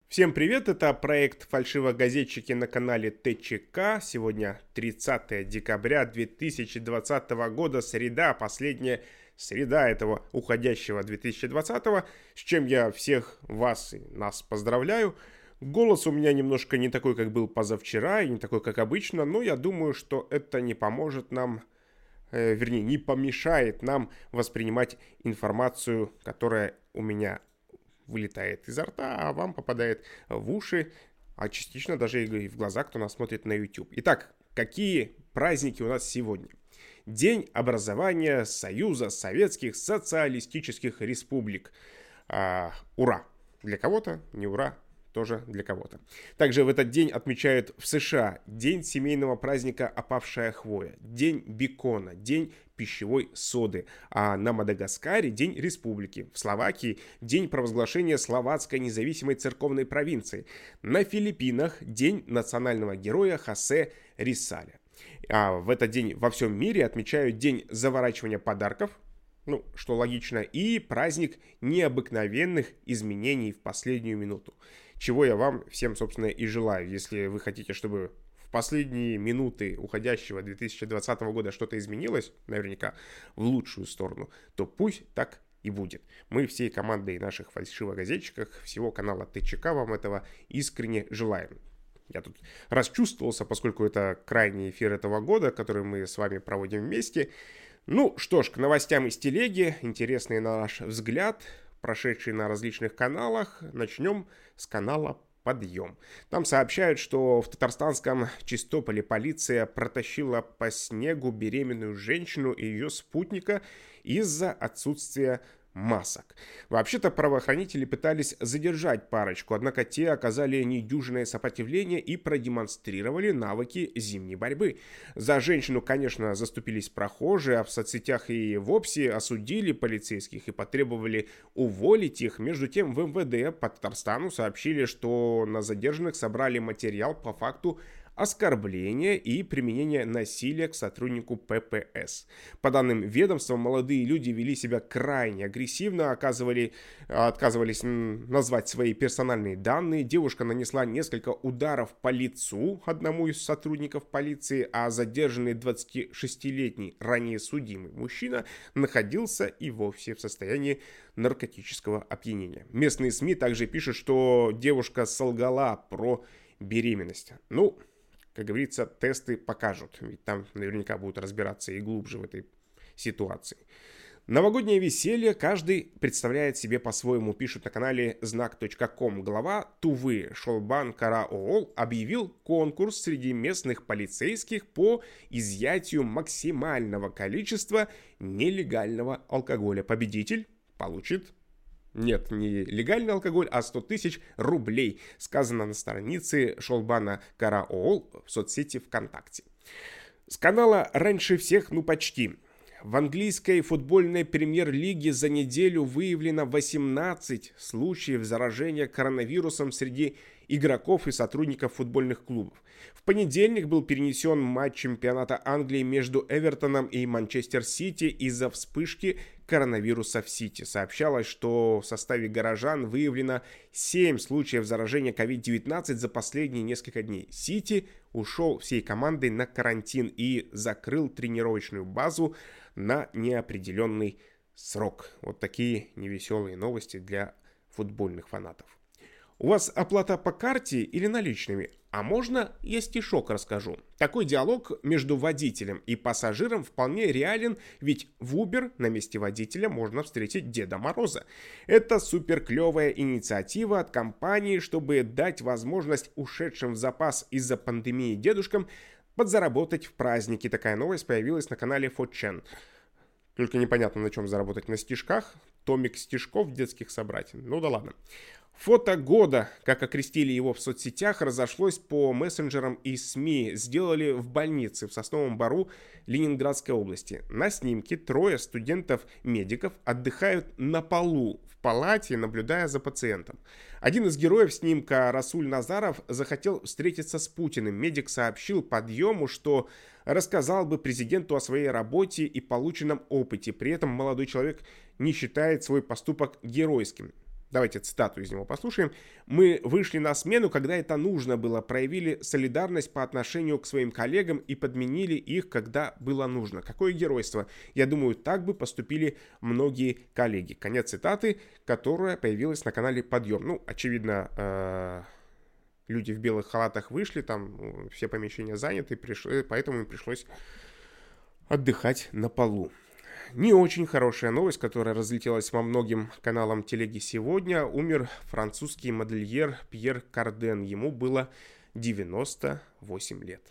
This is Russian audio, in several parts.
Всем привет, это проект «Фальшивогазетчики» на канале ТЧК. Сегодня 30 декабря 2020 года, среда, последняя среда этого уходящего 2020, с чем я всех вас и нас поздравляю. Голос у меня немножко не такой, как был позавчера, и не такой, как обычно, но я думаю, что это не поможет нам, вернее, не помешает нам воспринимать информацию, которая у меня вылетает изо рта, а вам попадает в уши, а частично даже и в глаза, кто нас смотрит на YouTube. Итак, какие праздники у нас сегодня? День образования Союза Советских Социалистических Республик. Ура! Для кого-то, не ура, тоже для кого-то. Также в этот день отмечают в США День семейного праздника «Опавшая хвоя», День бекона, День пищевой соды, а на Мадагаскаре День республики, в Словакии День провозглашения Словацкой независимой церковной провинции, на Филиппинах День национального героя Хосе Рисаля. А в этот день во всем мире отмечают День заворачивания подарков, что логично, и праздник необыкновенных изменений в последнюю минуту. Чего я вам всем, собственно, и желаю. Если вы хотите, чтобы в последние минуты уходящего 2020 года что-то изменилось, наверняка в лучшую сторону, то пусть так и будет. Мы всей командой наших фальшивогазетчиков, всего канала ТЧК вам этого искренне желаем. Я тут расчувствовался, поскольку это крайний эфир этого года, который мы с вами проводим вместе. Ну что ж, к новостям из телеги, интересные на наш взгляд, прошедшие на различных каналах. Начнем с канала «Подъем». Там сообщают, что в татарстанском Чистополе полиция протащила по снегу беременную женщину и ее спутника из-за отсутствия масок. Вообще-то правоохранители пытались задержать парочку, однако те оказали недюжинное сопротивление и продемонстрировали навыки зимней борьбы. За женщину, конечно, заступились прохожие, а в соцсетях и вовсе осудили полицейских и потребовали уволить их. Между тем в МВД по Татарстану сообщили, что на задержанных собрали материал по факту оскорбления и применения насилия к сотруднику ППС. По данным ведомства, молодые люди вели себя крайне агрессивно, отказывались назвать свои персональные данные. Девушка нанесла несколько ударов по лицу одному из сотрудников полиции, а задержанный 26-летний ранее судимый мужчина находился и вовсе в состоянии наркотического опьянения. Местные СМИ также пишут, что девушка солгала про беременность. Как говорится, тесты покажут, ведь там наверняка будут разбираться и глубже в этой ситуации. Новогоднее веселье каждый представляет себе по-своему, пишут на канале знак.ком. Глава Тувы Шолбан Караоол объявил конкурс среди местных полицейских по изъятию максимального количества нелегального алкоголя. Победитель получит... Нет, не легальный алкоголь, а 100 тысяч рублей, сказано на странице Шолбана Караоол в соцсети ВКонтакте. С канала «Раньше всех», почти. В английской футбольной премьер-лиге за неделю выявлено 18 случаев заражения коронавирусом среди игроков и сотрудников футбольных клубов. В понедельник был перенесен матч чемпионата Англии между Эвертоном и Манчестер Сити из-за вспышки коронавируса в Сити. Сообщалось, что в составе горожан выявлено 7 случаев заражения COVID-19 за последние несколько дней. Сити ушел всей командой на карантин и закрыл тренировочную базу на неопределенный срок. Вот такие невеселые новости для футбольных фанатов. У вас оплата по карте или наличными? А можно я стишок расскажу? Такой диалог между водителем и пассажиром вполне реален, ведь в Uber на месте водителя можно встретить Деда Мороза. Это супер клевая инициатива от компании, чтобы дать возможность ушедшим в запас из-за пандемии дедушкам подзаработать в праздники. Такая новость появилась на канале 4chan. Только непонятно, на чем заработать, на стишках. Томик стишков детских собрать. Ну да ладно. Фото года, как окрестили его в соцсетях, разошлось по мессенджерам и СМИ. Сделали в больнице в Сосновом Бору Ленинградской области. На снимке 3 студентов-медиков отдыхают на полу в палате, наблюдая за пациентом. Один из героев снимка, Расуль Назаров, захотел встретиться с Путиным. Медик сообщил подъему, что рассказал бы президенту о своей работе и полученном опыте. При этом молодой человек не считает свой поступок геройским. Давайте цитату из него послушаем. «Мы вышли на смену, когда это нужно было, проявили солидарность по отношению к своим коллегам и подменили их, когда было нужно. Какое геройство! Я думаю, так бы поступили многие коллеги». Конец цитаты, которая появилась на канале «Подъем». Ну, очевидно, люди в белых халатах вышли, там все помещения заняты, поэтому им пришлось отдыхать на полу. Не очень хорошая новость, которая разлетелась по многим каналам телеги сегодня. Умер французский модельер Пьер Карден. Ему было 98 лет.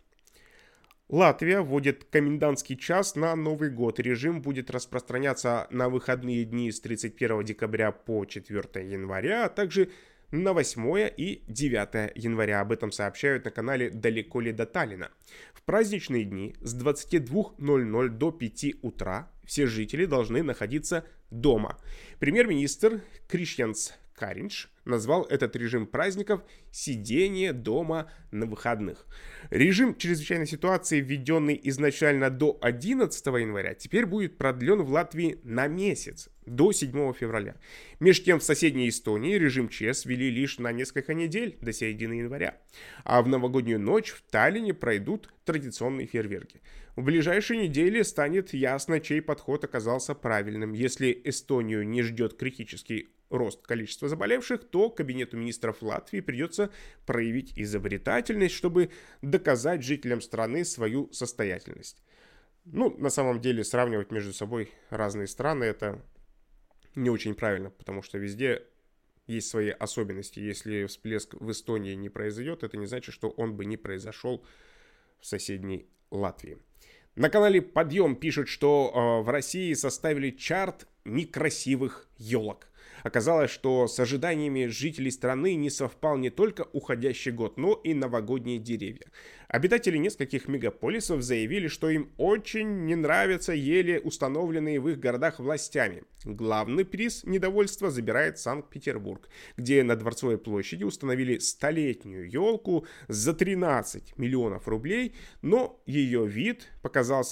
Латвия вводит комендантский час на Новый год. Режим будет распространяться на выходные дни с 31 декабря по 4 января, а также на 8 и 9 января. Об этом сообщают на канале «Далеко ли до Таллина». В праздничные дни с 22:00 до 5 утра все жители должны находиться дома. Премьер-министр Кришьянс Каринч назвал этот режим праздников «сидение дома на выходных». Режим чрезвычайной ситуации, введенный изначально до 11 января, теперь будет продлен в Латвии на месяц, до 7 февраля. Между тем, в соседней Эстонии режим ЧС ввели лишь на несколько недель, до середины января. А в новогоднюю ночь в Таллине пройдут традиционные фейерверки. В ближайшие недели станет ясно, чей подход оказался правильным. Если Эстонию не ждет критический рост количества заболевших, то Кабинету министров Латвии придется проявить изобретательность, чтобы доказать жителям страны свою состоятельность. Ну, на самом деле, сравнивать между собой разные страны — это не очень правильно, потому что везде есть свои особенности. Если всплеск в Эстонии не произойдет, это не значит, что он бы не произошел в соседней Латвии. На канале «Подъем» пишут, что в России составили чарт некрасивых елок. Оказалось, что с ожиданиями жителей страны не совпал не только уходящий год, но и новогодние деревья. Обитатели нескольких мегаполисов заявили, что им очень не нравятся ели, установленные в их городах властями. Главный приз недовольства забирает Санкт-Петербург, где на Дворцовой площади установили столетнюю елку за 13 миллионов рублей, но ее вид показался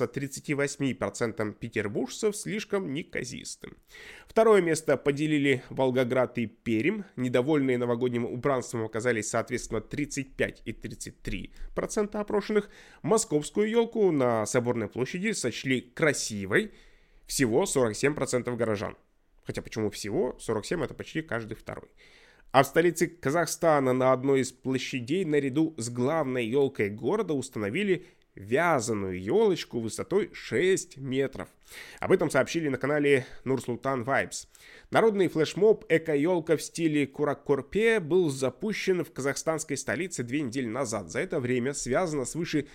38% петербуржцев слишком неказистым. Второе место поделили Волгоград и Пермь. Недовольные новогодним убранством оказались, соответственно, 35 и 33% опрошенных. Московскую елку на Соборной площади сочли красивой всего 47% горожан. Хотя почему всего? 47 — это почти каждый второй. А в столице Казахстана на одной из площадей наряду с главной елкой города установили вязаную елочку высотой 6 метров. Об этом сообщили на канале Нур-Султан Vibes. Народный флешмоб «Эко-елка» в стиле Курак-Корпе был запущен в казахстанской столице 2 недели назад. За это время связано свыше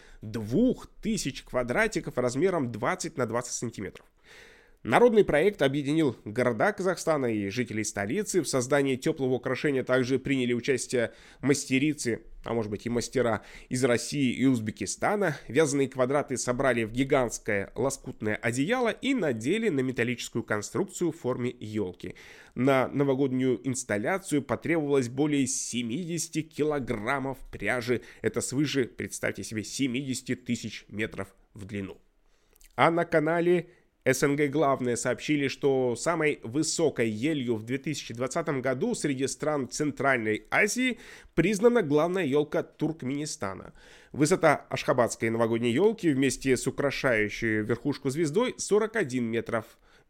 2000 квадратиков размером 20 на 20 сантиметров. Народный проект объединил города Казахстана и жителей столицы. В создании теплого украшения также приняли участие мастерицы, а может быть и мастера из России и Узбекистана. Вязаные квадраты собрали в гигантское лоскутное одеяло и надели на металлическую конструкцию в форме елки. На новогоднюю инсталляцию потребовалось более 70 килограммов пряжи. Это свыше, представьте себе, 70 тысяч метров в длину. А на канале СНГ Главное сообщили, что самой высокой елью в 2020 году среди стран Центральной Азии признана главная елка Туркменистана. Высота ашхабадской новогодней елки вместе с украшающей верхушку звездой 41 метр,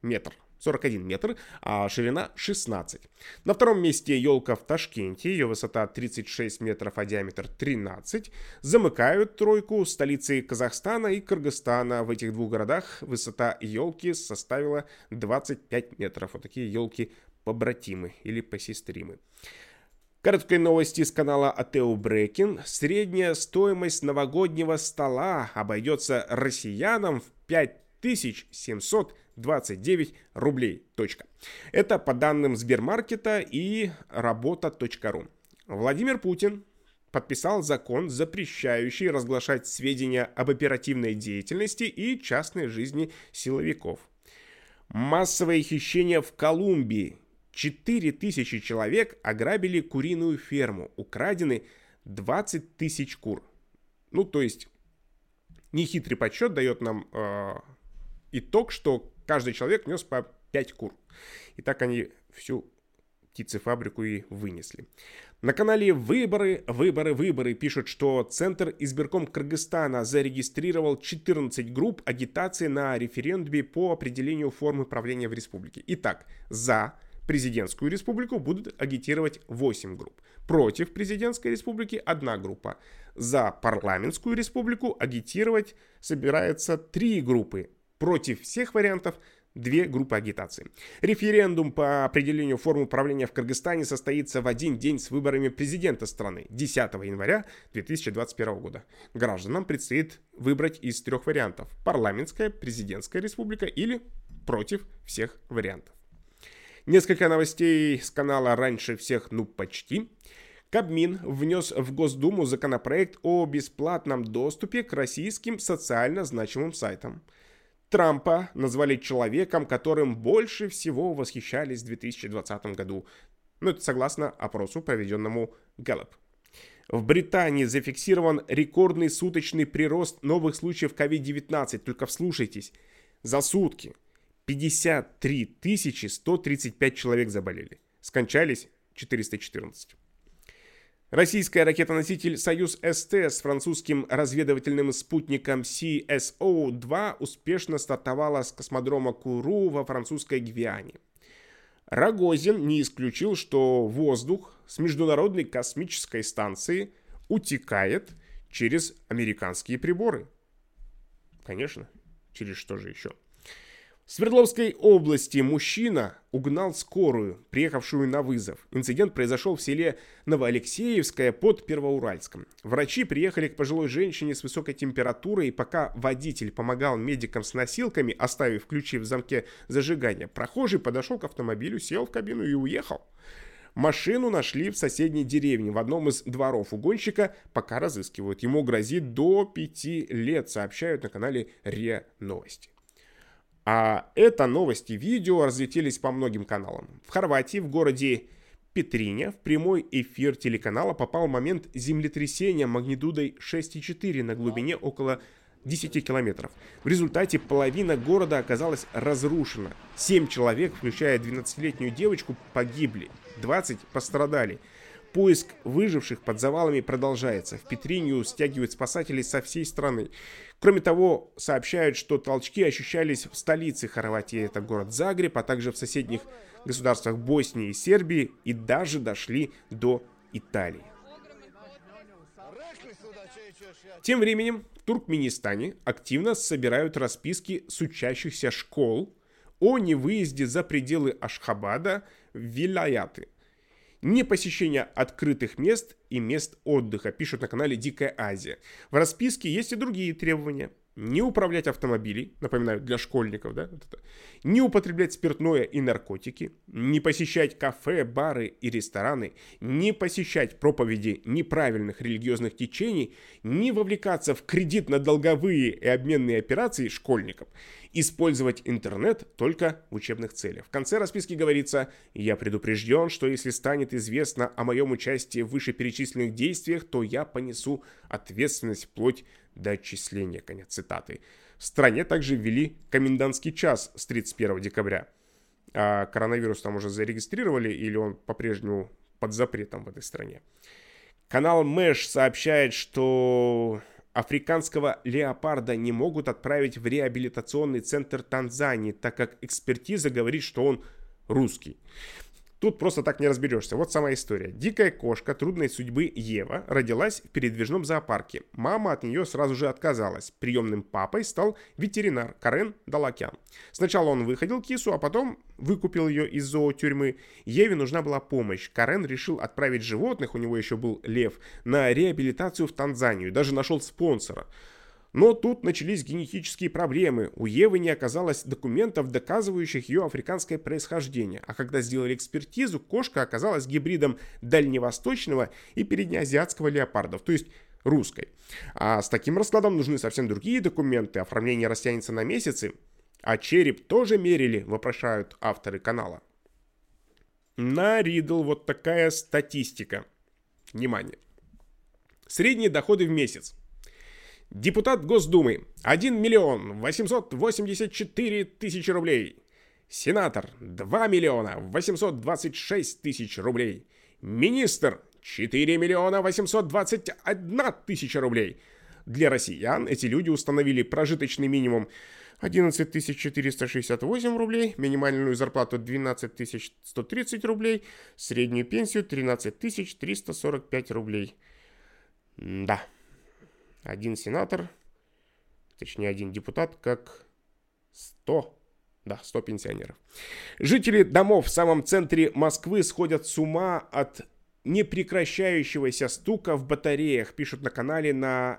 а ширина 16. На втором месте елка в Ташкенте, ее высота 36 метров, а диаметр 13. Замыкают тройку столицы Казахстана и Кыргызстана. В этих двух городах высота елки составила 25 метров. Вот такие елки-побратимы или посестримы. Короткие новости с канала Атео Брекин. Средняя стоимость новогоднего стола обойдется россиянам в 5729 рублей. Это по данным Сбермаркета и работа.ру. Владимир Путин подписал закон, запрещающий разглашать сведения об оперативной деятельности и частной жизни силовиков. Массовое хищение в Колумбии. 4000 человек ограбили куриную ферму. Украдены 20 тысяч кур. Ну, то есть, нехитрый подсчет дает нам итог, что каждый человек нес по 5 кур. И так они всю птицефабрику и вынесли. На канале «Выборы» пишут, что Центр избирком Кыргызстана зарегистрировал 14 групп агитации на референдуме по определению формы правления в республике. Итак, за президентскую республику будут агитировать 8 групп. Против президентской республики 1 группа. За парламентскую республику агитировать собирается 3 группы. Против всех вариантов 2 группы агитации. Референдум по определению формы правления в Кыргызстане состоится в один день с выборами президента страны, 10 января 2021 года. Гражданам предстоит выбрать из 3 вариантов: парламентская, президентская республика или против всех вариантов. Несколько новостей с канала «Раньше всех, ну почти». Кабмин внес в Госдуму законопроект о бесплатном доступе к российским социально значимым сайтам. Трампа назвали человеком, которым больше всего восхищались в 2020 году. Это согласно опросу, проведенному Gallup. В Британии зафиксирован рекордный суточный прирост новых случаев COVID-19. Только вслушайтесь. За сутки 53 135 человек заболели. Скончались 414. Российская ракета-носитель «Союз-СТ» с французским разведывательным спутником CSO-2 успешно стартовала с космодрома Куру во французской Гвиане. Рогозин не исключил, что воздух с Международной космической станции утекает через американские приборы. Конечно, через что же еще? В Свердловской области мужчина угнал скорую, приехавшую на вызов. Инцидент произошел в селе Новоалексеевское под Первоуральском. Врачи приехали к пожилой женщине с высокой температурой, и пока водитель помогал медикам с носилками, оставив ключи в замке зажигания, прохожий подошел к автомобилю, сел в кабину и уехал. Машину нашли в соседней деревне, в одном из дворов угонщика, пока разыскивают. Ему грозит до 5 лет, сообщают на канале РИА Новости. А это новости видео разлетелись по многим каналам. В Хорватии, в городе Петриня, в прямой эфир телеканала попал момент землетрясения магнитудой 6,4 на глубине около 10 километров. В результате половина города оказалась разрушена. 7 человек, включая 12-летнюю девочку, погибли. 20 пострадали. Поиск выживших под завалами продолжается. В Петринью стягивают спасателей со всей страны. Кроме того, сообщают, что толчки ощущались в столице Хорватии, это город Загреб, а также в соседних государствах Боснии и Сербии, и даже дошли до Италии. Тем временем в Туркменистане активно собирают расписки с учащихся школ о невыезде за пределы Ашхабада в вилаяты. Непосещение открытых мест и мест отдыха, пишут на канале Дикая Азия. В расписке есть и другие требования. Не управлять автомобилем, напоминаю, для школьников, да? Не употреблять спиртное и наркотики, не посещать кафе, бары и рестораны, не посещать проповеди неправильных религиозных течений, не вовлекаться в кредитно-долговые и обменные операции школьников, использовать интернет только в учебных целях. В конце расписки говорится: «Я предупрежден, что если станет известно о моем участии в вышеперечисленных действиях, то я понесу ответственность вплоть до отчисления». Конец цитаты. В стране также ввели комендантский час с 31 декабря. А коронавирус там уже зарегистрировали или он по-прежнему под запретом в этой стране? Канал Мэш сообщает, что африканского леопарда не могут отправить в реабилитационный центр Танзании, так как экспертиза говорит, что он русский. Тут просто так не разберешься. Вот сама история. Дикая кошка трудной судьбы Ева родилась в передвижном зоопарке. Мама от нее сразу же отказалась. Приемным папой стал ветеринар Карен Далакян. Сначала он выходил кису, а потом выкупил ее из зоотюрьмы. Еве нужна была помощь. Карен решил отправить животных, у него еще был лев, на реабилитацию в Танзанию. Даже нашел спонсора. Но тут начались генетические проблемы. У Евы не оказалось документов, доказывающих ее африканское происхождение. А когда сделали экспертизу, кошка оказалась гибридом дальневосточного и переднеазиатского леопардов, то есть русской. А с таким раскладом нужны совсем другие документы. Оформление растянется на месяцы. А череп тоже мерили, вопрошают авторы канала. На Ридл вот такая статистика. Внимание. Средние доходы в месяц. Депутат Госдумы 1 884 000 рублей. Сенатор – 2 миллиона 826 тысяч рублей. Министр – 4 миллиона 821 тысяча рублей. Для россиян эти люди установили прожиточный минимум 11 468 рублей, минимальную зарплату 12 130 рублей, среднюю пенсию 13 345 рублей. Да, один сенатор, точнее один депутат, как 100 пенсионеров. Жители домов в самом центре Москвы сходят с ума от непрекращающегося стука в батареях, пишут на канале на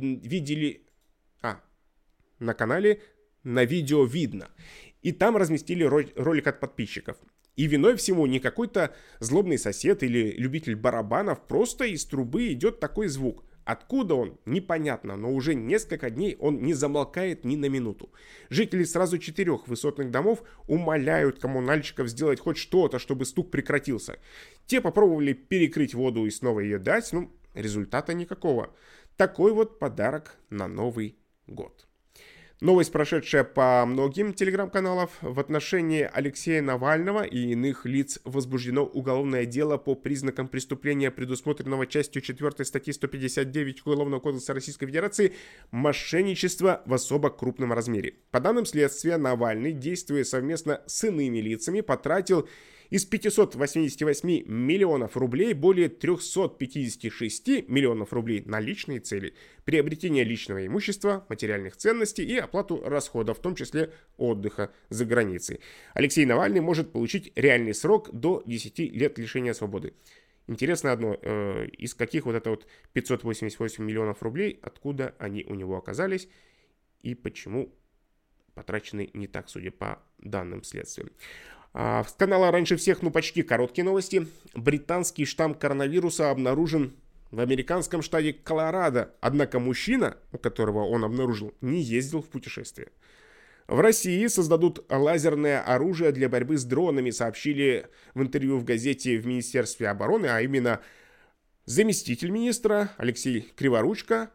видео видно. И там разместили ролик от подписчиков. И виной всему не какой-то злобный сосед или любитель барабанов, просто из трубы идет такой звук. Откуда он, непонятно, но уже несколько дней он не замолкает ни на минуту. Жители сразу 4 высотных домов умоляют коммунальщиков сделать хоть что-то, чтобы стук прекратился. Те попробовали перекрыть воду и снова ее дать, но результата никакого. Такой вот подарок на Новый год. Новость, прошедшая по многим телеграм-каналам, в отношении Алексея Навального и иных лиц возбуждено уголовное дело по признакам преступления, предусмотренного частью 4 статьи 159 Уголовного кодекса Российской Федерации, мошенничество в особо крупном размере. По данным следствия, Навальный, действуя совместно с иными лицами, потратил из 588 миллионов рублей более 356 миллионов рублей на личные цели, приобретение личного имущества, материальных ценностей и оплату расходов, в том числе отдыха за границей. Алексей Навальный может получить реальный срок до 10 лет лишения свободы. Интересно одно, из каких вот это вот 588 миллионов рублей, откуда они у него оказались и почему потрачены не так, судя по данным следствия. С канала раньше всех, почти короткие новости. Британский штамм коронавируса обнаружен в американском штате Колорадо. Однако мужчина, у которого он обнаружил, не ездил в путешествие. В России создадут лазерное оружие для борьбы с дронами, сообщили в интервью в газете в Министерстве обороны, а именно заместитель министра Алексей Криворучко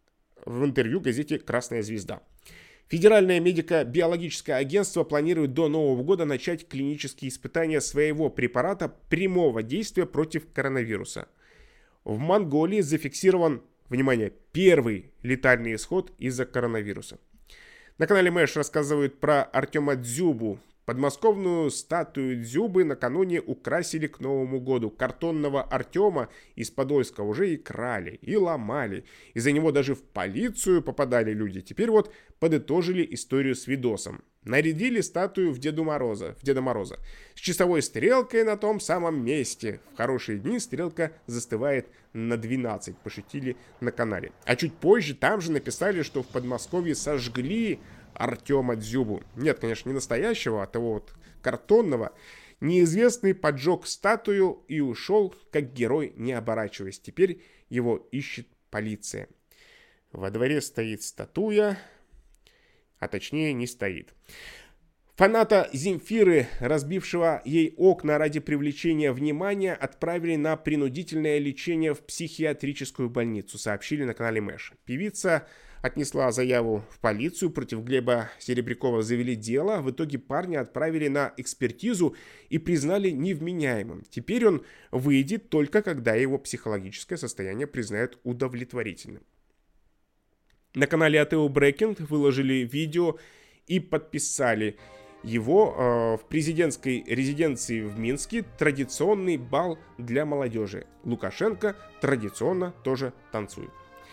в интервью в газете «Красная звезда». Федеральное медико-биологическое агентство планирует до Нового года начать клинические испытания своего препарата прямого действия против коронавируса. В Монголии зафиксирован, внимание, первый летальный исход из-за коронавируса. На канале Мэш рассказывают про Артема Дзюбу. Подмосковную статую Дзюбы накануне украсили к Новому году. Картонного Артема из Подольска уже и крали, и ломали. Из-за него даже в полицию попадали люди. Теперь вот подытожили историю с видосом. Нарядили статую в Деда Мороза. С часовой стрелкой на том самом месте. В хорошие дни стрелка застывает на 12, пошутили на канале. А чуть позже там же написали, что в Подмосковье сожгли Артема Дзюбу. Нет, конечно, не настоящего, а того вот картонного. Неизвестный поджег статую и ушел, как герой, не оборачиваясь. Теперь его ищет полиция. Во дворе стоит статуя, а точнее не стоит. Фаната Земфиры, разбившего ей окна ради привлечения внимания, отправили на принудительное лечение в психиатрическую больницу, сообщили на канале Мэш. Певица отнесла заяву в полицию, против Глеба Серебрякова завели дело, в итоге парня отправили на экспертизу и признали невменяемым. Теперь он выйдет только когда его психологическое состояние признают удовлетворительным. На канале АТО Брекинг выложили видео и подписали его в президентской резиденции в Минске традиционный бал для молодежи. Лукашенко традиционно тоже танцует.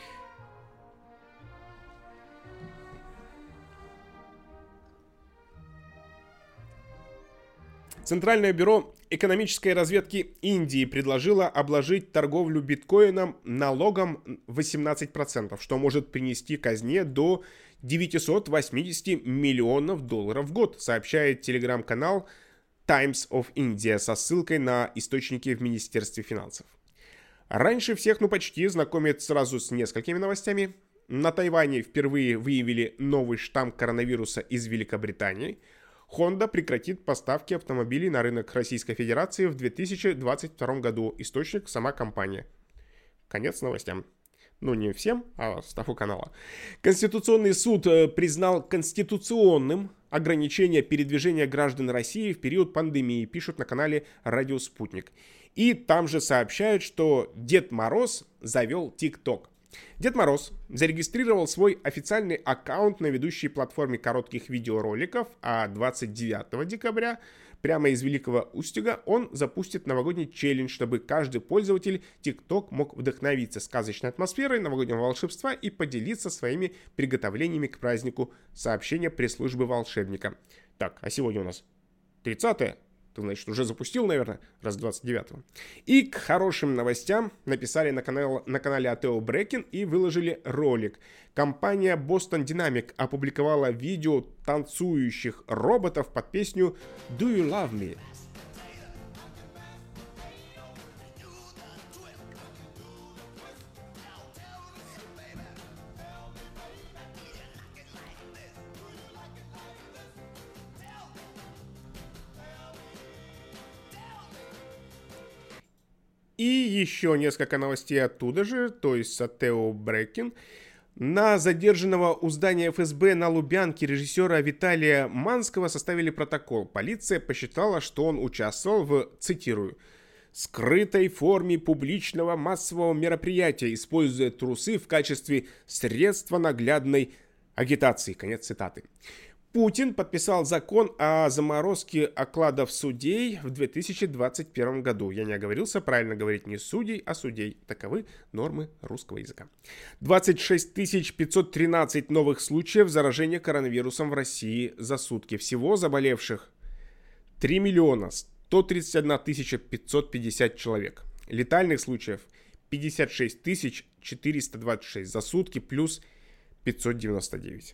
Центральное бюро экономической разведки Индии предложило обложить торговлю биткоином налогом 18%, что может принести казне до 980 миллионов долларов в год, сообщает телеграм-канал Times of India со ссылкой на источники в Министерстве финансов. Раньше всех, почти, знакомят сразу с несколькими новостями. На Тайване впервые выявили новый штамм коронавируса из Великобритании. Honda прекратит поставки автомобилей на рынок Российской Федерации в 2022 году. Источник – сама компания. Конец новостям. Ну, не всем, а стафу канала. Конституционный суд признал конституционным ограничение передвижения граждан России в период пандемии, пишут на канале «Радио Спутник». И там же сообщают, что Дед Мороз завел ТикТок. Дед Мороз зарегистрировал свой официальный аккаунт на ведущей платформе коротких видеороликов, а 29 декабря прямо из Великого Устюга он запустит новогодний челлендж, чтобы каждый пользователь TikTok мог вдохновиться сказочной атмосферой новогоднего волшебства и поделиться своими приготовлениями к празднику. Сообщение пресс-службы волшебника. Так, а сегодня у нас 30-е. Ты, значит, уже запустил, наверное, раз 29-го. И к хорошим новостям написали на канале Атео Брекин и выложили ролик. Компания Boston Dynamic опубликовала видео танцующих роботов под песню «Do You Love Me?». И еще несколько новостей оттуда же, то есть с Атео Брекин. На задержанного у здания ФСБ на Лубянке режиссера Виталия Манского составили протокол. Полиция посчитала, что он участвовал в, цитирую, «скрытой форме публичного массового мероприятия, используя трусы в качестве средства наглядной агитации». Конец цитаты. Путин подписал закон о заморозке окладов судей в 2021 году. Я не оговорился, правильно говорить не судей, а судей. Таковы нормы русского языка. 26 513 новых случаев заражения коронавирусом в России за сутки. Всего заболевших 3 131 550 человек. Летальных случаев 56 426 за сутки плюс 599.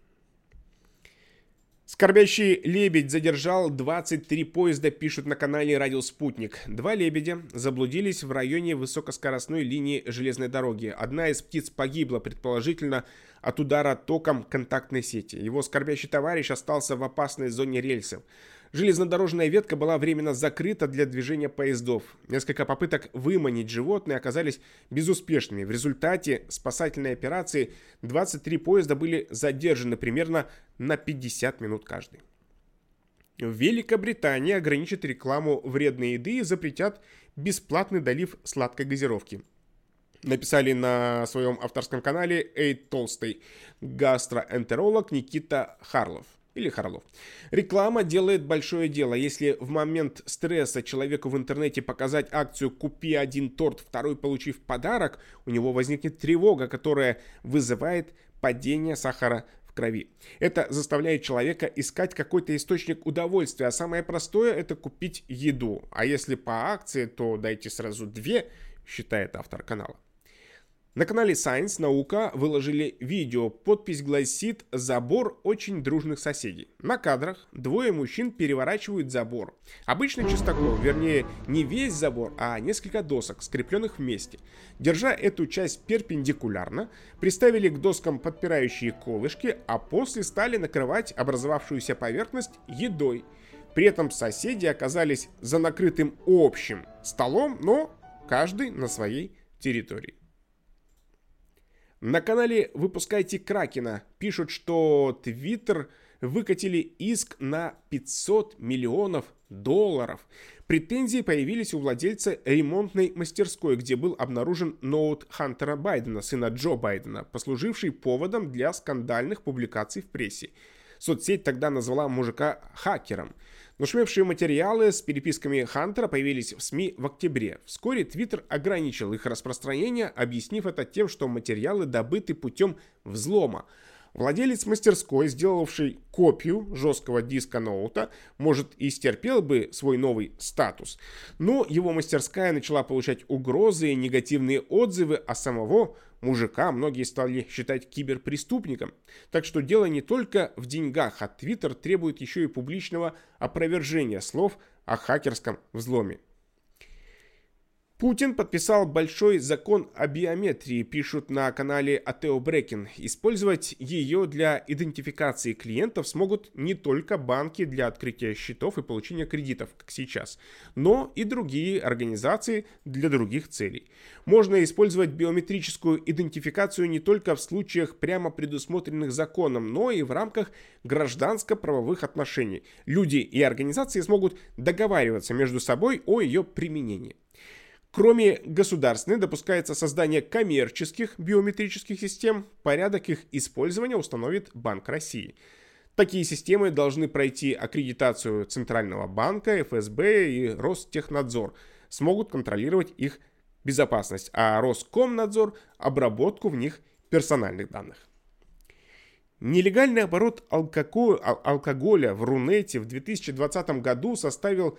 Скорбящий лебедь задержал 23 поезда, пишут на канале «Радио Спутник». Два лебедя заблудились в районе высокоскоростной линии железной дороги. Одна из птиц погибла, предположительно, от удара током контактной сети. Его скорбящий товарищ остался в опасной зоне рельсов. Железнодорожная ветка была временно закрыта для движения поездов. Несколько попыток выманить животные оказались безуспешными. В результате спасательной операции 23 поезда были задержаны примерно на 50 минут каждый. В Великобритании ограничат рекламу вредной еды и запретят бесплатный долив сладкой газировки. Написали на своем авторском канале Эйд Толстый гастроэнтеролог Никита Харлов. Или Харлов. Реклама делает большое дело. Если в момент стресса человеку в интернете показать акцию «Купи один торт, второй получи в подарок», у него возникнет тревога, которая вызывает падение сахара в крови. Это заставляет человека искать какой-то источник удовольствия. А самое простое – это купить еду. А если по акции, то дайте сразу две, считает автор канала. На канале Science Наука выложили видео. Подпись гласит «Забор очень дружных соседей». На кадрах двое мужчин переворачивают забор. Обычный частокол, вернее, не весь забор, а несколько досок, скрепленных вместе. Держа эту часть перпендикулярно, приставили к доскам подпирающие колышки, а после стали накрывать образовавшуюся поверхность едой. При этом соседи оказались за накрытым общим столом, но каждый на своей территории. На канале «Выпускайте Кракена» пишут, что Twitter выкатили иск на $500 миллионов. Претензии появились у владельца ремонтной мастерской, где был обнаружен ноут Хантера Байдена, сына Джо Байдена, послуживший поводом для скандальных публикаций в прессе. Соцсеть тогда назвала мужика хакером. Нашумевшие материалы с переписками Хантера появились в СМИ в октябре. Вскоре Twitter ограничил их распространение, объяснив это тем, что материалы добыты путем взлома. Владелец мастерской, сделавший копию жесткого диска ноута, может и стерпел бы свой новый статус, но его мастерская начала получать угрозы и негативные отзывы, а самого мужика многие стали считать киберпреступником. Так что дело не только в деньгах, а Twitter требует еще и публичного опровержения слов о хакерском взломе. Путин подписал большой закон о биометрии, пишут на канале Атео Брекин. Использовать ее для идентификации клиентов смогут не только банки для открытия счетов и получения кредитов, как сейчас, но и другие организации для других целей. Можно использовать биометрическую идентификацию не только в случаях, прямо предусмотренных законом, но и в рамках гражданско-правовых отношений. Люди и организации смогут договариваться между собой о ее применении. Кроме государственной, допускается создание коммерческих биометрических систем. Порядок их использования установит Банк России. Такие системы должны пройти аккредитацию Центрального банка, ФСБ и Ростехнадзор. Смогут контролировать их безопасность, а Роскомнадзор – обработку в них персональных данных. Нелегальный оборот алкоголя в Рунете в 2020 году составил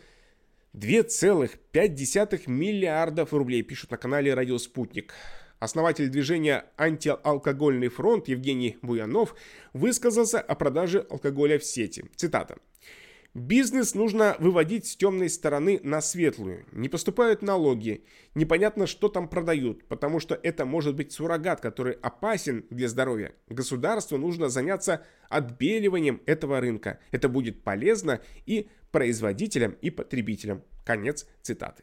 2,5 миллиардов рублей, пишут на канале «Радио Спутник». Основатель движения «Антиалкогольный фронт» Евгений Буянов высказался о продаже алкоголя в сети. Цитата. «Бизнес нужно выводить с темной стороны на светлую. Не поступают налоги. Непонятно, что там продают, потому что это может быть суррогат, который опасен для здоровья. Государству нужно заняться отбеливанием этого рынка. Это будет полезно и производителям и потребителям». Конец цитаты.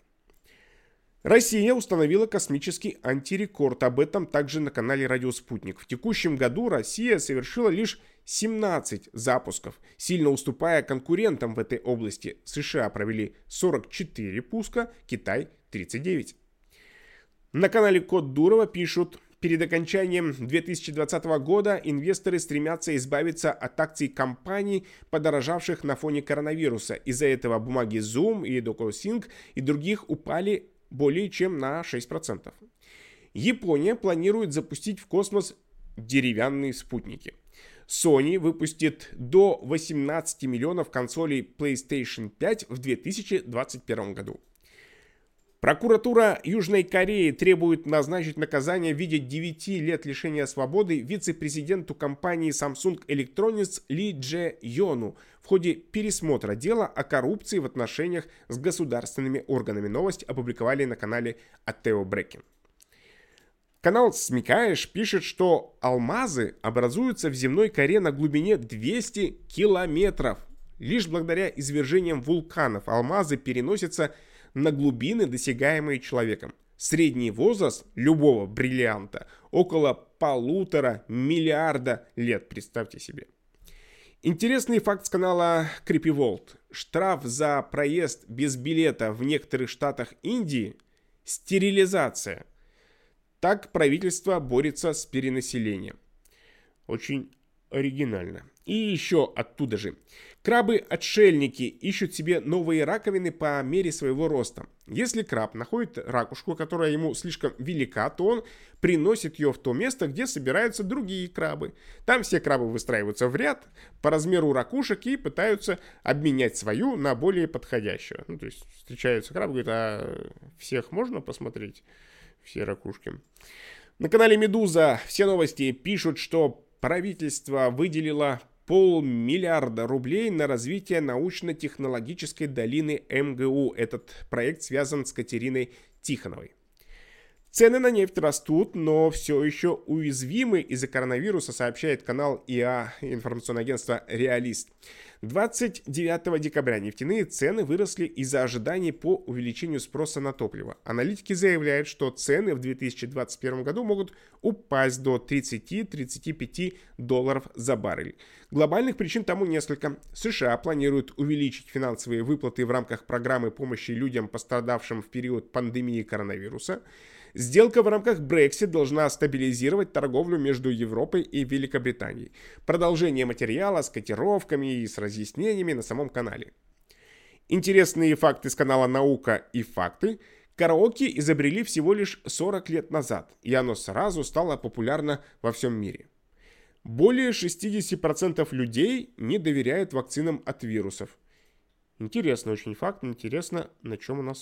Россия установила космический антирекорд. Об этом также на канале «Радио Спутник». В текущем году Россия совершила лишь 17 запусков, сильно уступая конкурентам в этой области. США провели 44 пуска, Китай 39. На канале Код Дурова пишут: перед окончанием 2020 года инвесторы стремятся избавиться от акций компаний, подорожавших на фоне коронавируса. Из-за этого бумаги Zoom и DocuSync и других упали более чем на 6%. Япония планирует запустить в космос деревянные спутники. Sony выпустит до 18 миллионов консолей PlayStation 5 в 2021 году. Прокуратура Южной Кореи требует назначить наказание в виде 9 лет лишения свободы вице-президенту компании Samsung Electronics Ли Дже Йону в ходе пересмотра дела о коррупции в отношениях с государственными органами. Новость опубликовали на канале Атео Брекин. Канал «Смекаешь» пишет, что алмазы образуются в земной коре на глубине 200 километров. Лишь благодаря извержениям вулканов алмазы переносятся на глубины, досягаемые человеком. Средний возраст любого бриллианта около 1,5 миллиарда лет, представьте себе. Интересный факт с канала Creepy World. Штраф за проезд без билета в некоторых штатах Индии – стерилизация. Так правительство борется с перенаселением. Очень оригинально. И еще оттуда же. Крабы-отшельники ищут себе новые раковины по мере своего роста. Если краб находит ракушку, которая ему слишком велика, то он приносит ее в то место, где собираются другие крабы. Там все крабы выстраиваются в ряд по размеру ракушек и пытаются обменять свою на более подходящую. То есть встречаются крабы, говорят: а всех можно посмотреть? Все ракушки. На канале «Медуза» все новости пишут, что правительство выделило 500 миллиарда рублей на развитие научно-технологической долины МГУ. Этот проект связан с Катериной Тихоновой. Цены на нефть растут, но все еще уязвимы из-за коронавируса, сообщает канал ИА информационное агентство «Реалист». 29 декабря нефтяные цены выросли из-за ожиданий по увеличению спроса на топливо. Аналитики заявляют, что цены в 2021 году могут упасть до 30-35 долларов за баррель. Глобальных причин тому несколько. США планируют увеличить финансовые выплаты в рамках программы помощи людям, пострадавшим в период пандемии коронавируса. Сделка в рамках Brexit должна стабилизировать торговлю между Европой и Великобританией. Продолжение материала с котировками и с разъяснениями на самом канале. Интересные факты с канала «Наука и факты». Караоке изобрели всего лишь 40 лет назад, и оно сразу стало популярно во всем мире. Более 60% людей не доверяют вакцинам от вирусов. Интересный очень факт, интересно, на чем он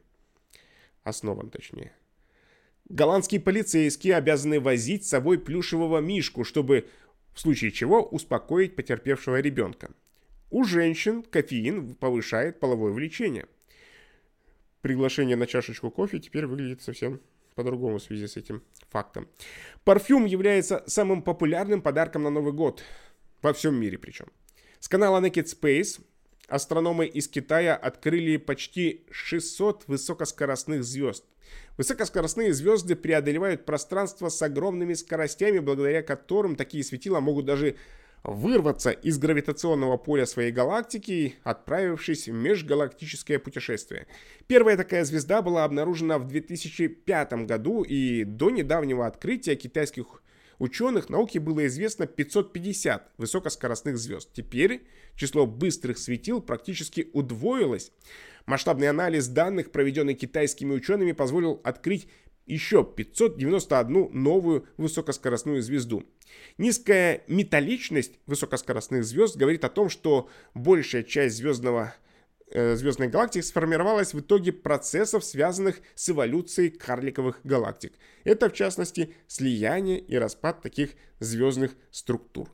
основан точнее. Голландские полицейские обязаны возить с собой плюшевого мишку, чтобы в случае чего успокоить потерпевшего ребенка. У женщин кофеин повышает половое влечение. приглашение на чашечку кофе теперь выглядит совсем по-другому в связи с этим фактом. Парфюм является самым популярным подарком на Новый год. Во всем мире причем. С канала Naked Space астрономы из Китая открыли почти 600 высокоскоростных звезд. Высокоскоростные звезды преодолевают пространство с огромными скоростями, благодаря которым такие светила могут даже вырваться из гравитационного поля своей галактики, отправившись в межгалактическое путешествие. Первая такая звезда была обнаружена в 2005 году, и до недавнего открытия китайских ученых науке было известно 550 высокоскоростных звезд. Теперь число быстрых светил практически удвоилось. Масштабный анализ данных, проведенный китайскими учеными, позволил открыть еще 591 новую высокоскоростную звезду. Низкая металличность высокоскоростных звезд говорит о том, что большая часть звездной галактики сформировалась в итоге процессов, связанных с эволюцией карликовых галактик. Это, в частности, слияние и распад таких звездных структур.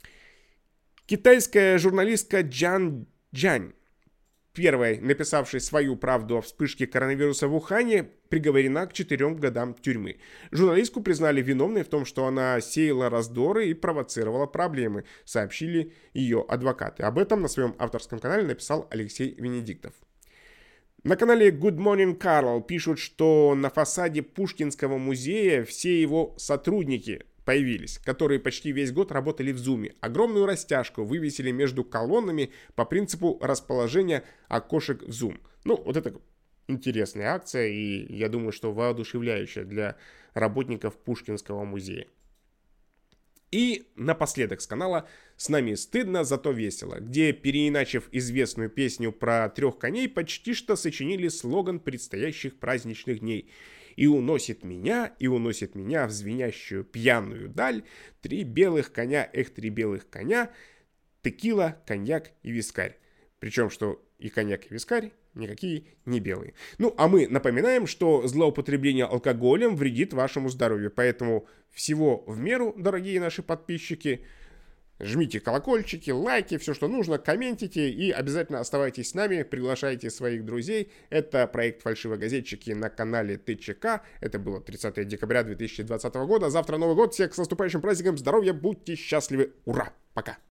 Китайская журналистка Джан Джань, первой написавшей свою правду о вспышке коронавируса в Ухане, приговорена к 4 годам тюрьмы. Журналистку признали виновной в том, что она сеяла раздоры и провоцировала проблемы, сообщили ее адвокаты. Об этом на своем авторском канале написал Алексей Венедиктов. На канале Good Morning Carl пишут, что на фасаде Пушкинского музея все его сотрудники появились, которые почти весь год работали в Zoom. Огромную растяжку вывесили между колоннами по принципу расположения окошек в Zoom. Ну, вот это интересная акция, и я думаю, что воодушевляющая для работников Пушкинского музея. И напоследок с канала «С нами стыдно, зато весело», где, переиначив известную песню про 3 коней, почти что сочинили слоган предстоящих праздничных дней. И уносит меня в звенящую пьяную даль 3 белых коня, 3 белых коня, текила, коньяк и вискарь. Причем, что и коньяк, и вискарь никакие не белые. Ну, а мы напоминаем, что злоупотребление алкоголем вредит вашему здоровью. Поэтому всего в меру, дорогие наши подписчики. Жмите колокольчики, лайки, все, что нужно, комментите и обязательно оставайтесь с нами, приглашайте своих друзей. Это проект «Фальшивогазетчики» на канале ТЧК. Это было 30 декабря 2020 года. Завтра Новый год. Всех с наступающим праздником. Здоровья, будьте счастливы. Ура! Пока!